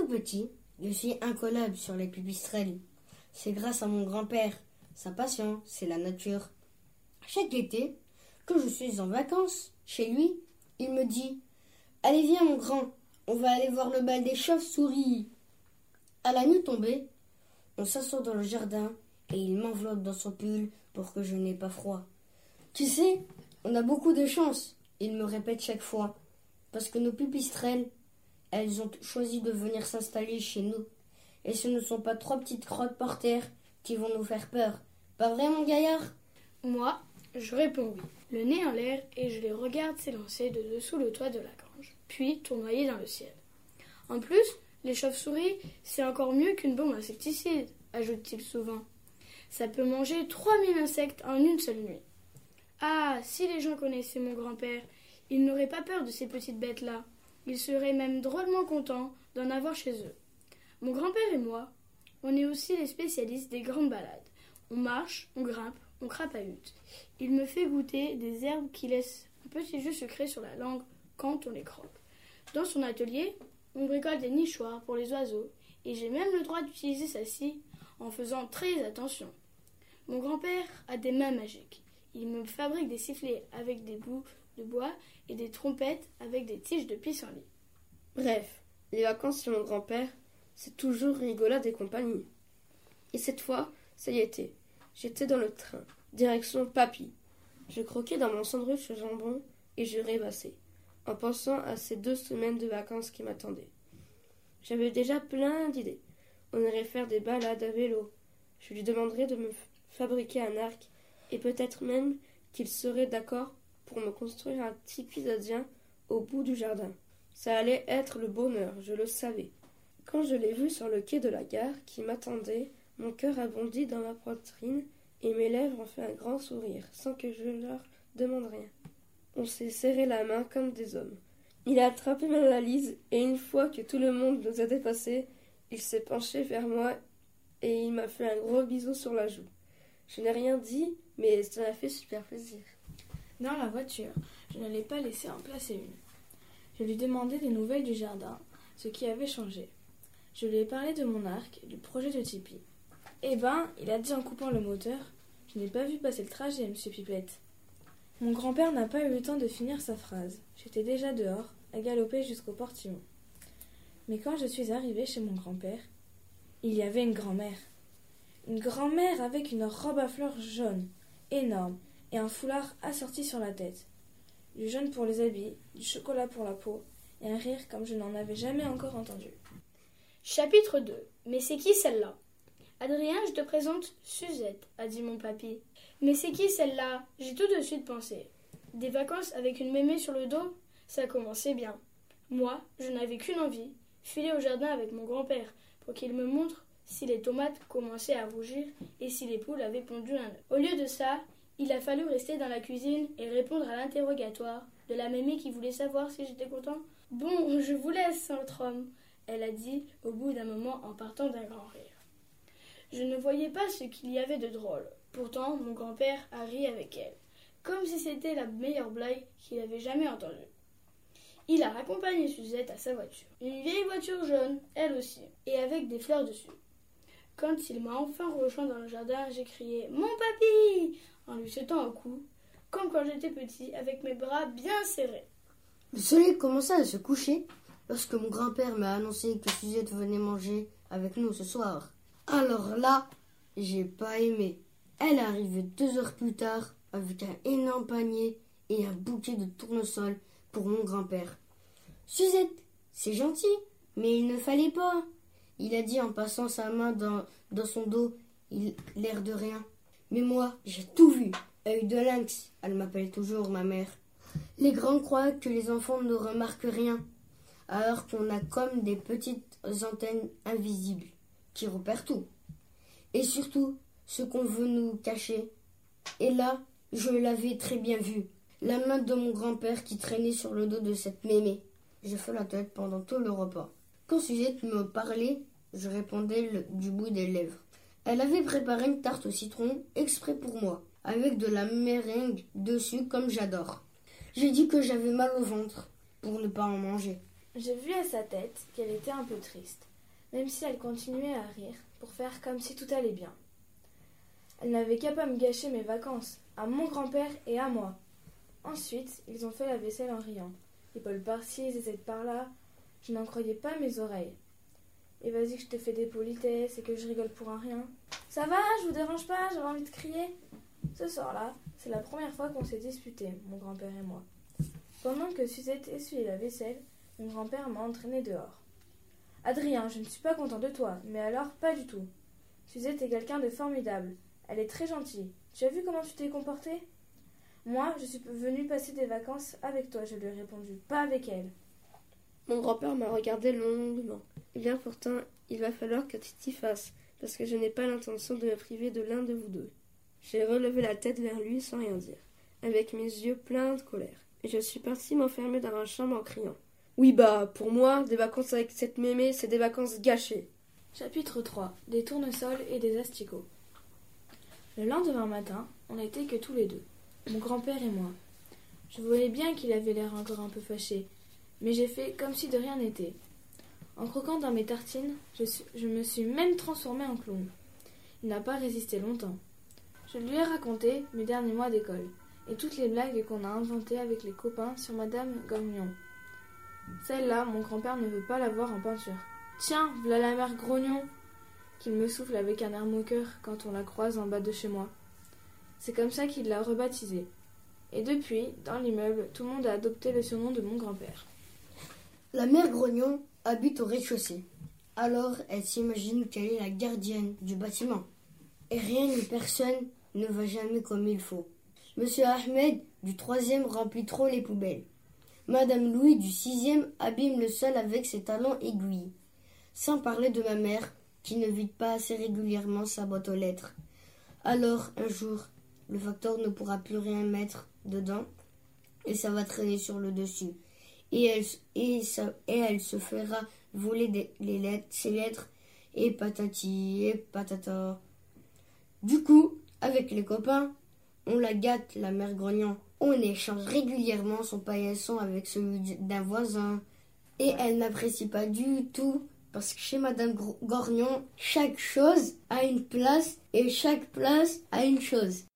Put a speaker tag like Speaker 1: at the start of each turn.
Speaker 1: tout petit, je suis incollable sur les pipistrelles. C'est grâce à mon grand-père. Sa passion, c'est la nature. Chaque été, quand je suis en vacances chez lui, il me dit « Allez, viens mon grand, on va aller voir le bal des chauves-souris ». À la nuit tombée, on s'assoit dans le jardin et il m'enveloppe dans son pull pour que je n'ai pas froid. Tu sais, on a beaucoup de chance, il me répète chaque fois, parce que nos pipistrelles, elles ont choisi de venir s'installer chez nous. Et ce ne sont pas 3 petites crottes par terre qui vont nous faire peur. Pas vrai, mon gaillard?
Speaker 2: Moi, je réponds oui, le nez en l'air, et je les regarde s'élancer de dessous le toit de la grange, puis tournoyer dans le ciel. En plus, les chauves-souris, c'est encore mieux qu'une bombe insecticide, ajoute-t-il souvent. Ça peut manger 3000 insectes en une seule nuit. Ah, si les gens connaissaient mon grand-père, ils n'auraient pas peur de ces petites bêtes-là. Ils seraient même drôlement contents d'en avoir chez eux. Mon grand-père et moi, on est aussi les spécialistes des grandes balades. On marche, on grimpe, on crapahute. Il me fait goûter des herbes qui laissent un petit jus sucré sur la langue quand on les croque. Dans son atelier, on bricole des nichoirs pour les oiseaux et j'ai même le droit d'utiliser sa scie en faisant très attention. Mon grand-père a des mains magiques. Il me fabrique des sifflets avec des bouts de bois et des trompettes avec des tiges de pissenlit.
Speaker 3: Bref, les vacances chez mon grand-père, c'est toujours rigolade et compagnie. Et cette fois, ça y était. J'étais dans le train, direction Papy. Je croquais dans mon sandwich au jambon et je rêvassais, en pensant à ces 2 semaines de vacances qui m'attendaient. J'avais déjà plein d'idées. On irait faire des balades à vélo. Je lui demanderais de me fabriquer un arc et peut-être même qu'il serait d'accord pour me construire un tipi indien au bout du jardin. Ça allait être le bonheur, je le savais. Quand je l'ai vu sur le quai de la gare qui m'attendait, mon cœur a bondi dans ma poitrine et mes lèvres ont fait un grand sourire, sans que je leur demande rien. On s'est serré la main comme des hommes. Il a attrapé ma valise et une fois que tout le monde nous a dépassés, il s'est penché vers moi et il m'a fait un gros bisou sur la joue. Je n'ai rien dit, mais ça m'a fait super plaisir.
Speaker 4: Dans la voiture, je ne l'ai pas laissé en placer une. Je lui demandais des nouvelles du jardin, ce qui avait changé. Je lui ai parlé de mon arc et du projet de tipi. Eh ben, il a dit en coupant le moteur, je n'ai pas vu passer le trajet, monsieur Pipette. Mon grand-père n'a pas eu le temps de finir sa phrase. J'étais déjà dehors, à galoper jusqu'au portillon. Mais quand je suis arrivée chez mon grand-père, il y avait une grand-mère. Une grand-mère avec une robe à fleurs jaune, énorme, et un foulard assorti sur la tête. Du jaune pour les habits, du chocolat pour la peau, et un rire comme je n'en avais jamais encore entendu.
Speaker 2: Chapitre 2. Mais c'est qui celle-là? Adrien, je te présente Suzette, a dit mon papy. Mais c'est qui celle-là? J'ai tout de suite pensé. Des vacances avec une mémé sur le dos? Ça commençait bien. Moi, je n'avais qu'une envie, filer au jardin avec mon grand-père, pour qu'il me montre si les tomates commençaient à rougir et si les poules avaient pondu un œuf. Au lieu de ça, il a fallu rester dans la cuisine et répondre à l'interrogatoire de la mémé qui voulait savoir si j'étais content. « Bon, je vous laisse, notre homme », elle a dit au bout d'un moment en partant d'un grand rire. Je ne voyais pas ce qu'il y avait de drôle. Pourtant, mon grand-père a ri avec elle, comme si c'était la meilleure blague qu'il avait jamais entendue. Il a raccompagné Suzette à sa voiture, une vieille voiture jaune, elle aussi, et avec des fleurs dessus. Quand il m'a enfin rejoint dans le jardin, j'ai crié « Mon papy !» en lui sautant au cou, comme quand j'étais petit, avec mes bras bien serrés.
Speaker 1: Le soleil commença à se coucher lorsque mon grand-père m'a annoncé que Suzette venait manger avec nous ce soir. Alors là, j'ai pas aimé. Elle est arrivée 2 heures plus tard avec un énorme panier et un bouquet de tournesol pour mon grand-père. « Suzette, c'est gentil, mais il ne fallait pas. » Il a dit en passant sa main dans son dos, l'air de rien. Mais moi, j'ai tout vu. Œil de lynx, elle m'appelle toujours ma mère. Les grands croient que les enfants ne remarquent rien, alors qu'on a comme des petites antennes invisibles qui repèrent tout. Et surtout, ce qu'on veut nous cacher. Et là, je l'avais très bien vu. La main de mon grand-père qui traînait sur le dos de cette mémé. J'ai fait la tête pendant tout le repas. Quand Suzette me parlait, je répondais du bout des lèvres. Elle avait préparé une tarte au citron exprès pour moi, avec de la meringue dessus comme j'adore. J'ai dit que j'avais mal au ventre pour ne pas en manger.
Speaker 4: J'ai vu à sa tête qu'elle était un peu triste. même si elle continuait à rire pour faire comme si tout allait bien. Elle n'avait qu'à pas me gâcher mes vacances, à mon grand-père et à moi. Ensuite, ils ont fait la vaisselle en riant. Épaules par-ci, zézette par-là. Je n'en croyais pas mes oreilles. Et vas-y que je te fais des politesses et que je rigole pour un rien. Ça va, je vous dérange pas, j'avais envie de crier. Ce soir-là, c'est la première fois qu'on s'est disputé, mon grand-père et moi. Pendant que Suzette essuyait la vaisselle, mon grand-père m'a entraîné dehors. Adrien, je ne suis pas content de toi, mais alors pas du tout. Suzette est quelqu'un de formidable. Elle est très gentille. Tu as vu comment tu t'es comporté? Moi, je suis venue passer des vacances avec toi, je lui ai répondu, pas avec elle.
Speaker 3: Mon grand-père m'a regardé longuement. Eh bien pourtant, il va falloir que tu t'y fasses, parce que je n'ai pas l'intention de me priver de l'un de vous deux. J'ai relevé la tête vers lui sans rien dire, avec mes yeux pleins de colère, et je suis partie m'enfermer dans ma chambre en criant. Oui bah, pour moi, des vacances avec cette mémé, c'est des vacances gâchées.
Speaker 4: Chapitre 3. Des tournesols et des asticots. Le lendemain matin, on n'était que tous les deux, mon grand-père et moi. Je voyais bien qu'il avait l'air encore un peu fâché, mais j'ai fait comme si de rien n'était. En croquant dans mes tartines, je me suis même transformée en clown. Il n'a pas résisté longtemps. Je lui ai raconté mes derniers mois d'école et toutes les blagues qu'on a inventées avec les copains sur Madame Gorgnon. Celle-là, mon grand-père ne veut pas la voir en peinture. Tiens, v'là la mère Grognon, qu'il me souffle avec un air moqueur quand on la croise en bas de chez moi. C'est comme ça qu'il l'a rebaptisée. Et depuis, dans l'immeuble, tout le monde a adopté le surnom de mon grand-père.
Speaker 1: La mère Grognon habite au rez-de-chaussée. Alors, elle s'imagine qu'elle est la gardienne du bâtiment. Et rien ni personne ne va jamais comme il faut. Monsieur Ahmed, du 3e, remplit trop les poubelles. Madame Louis, du 6e, abîme le sol avec ses talons aiguilles. Sans parler de ma mère, qui ne vide pas assez régulièrement sa boîte aux lettres. Alors, un jour, le facteur ne pourra plus rien mettre dedans et ça va traîner sur le dessus. Et elle se fera voler ses lettres et patati et patata. Du coup, avec les copains, on la gâte, la mère Grognon. On échange régulièrement son paillasson avec celui d'un voisin. Et elle n'apprécie pas du tout, parce que chez Madame Grognon, chaque chose a une place et chaque place a une chose.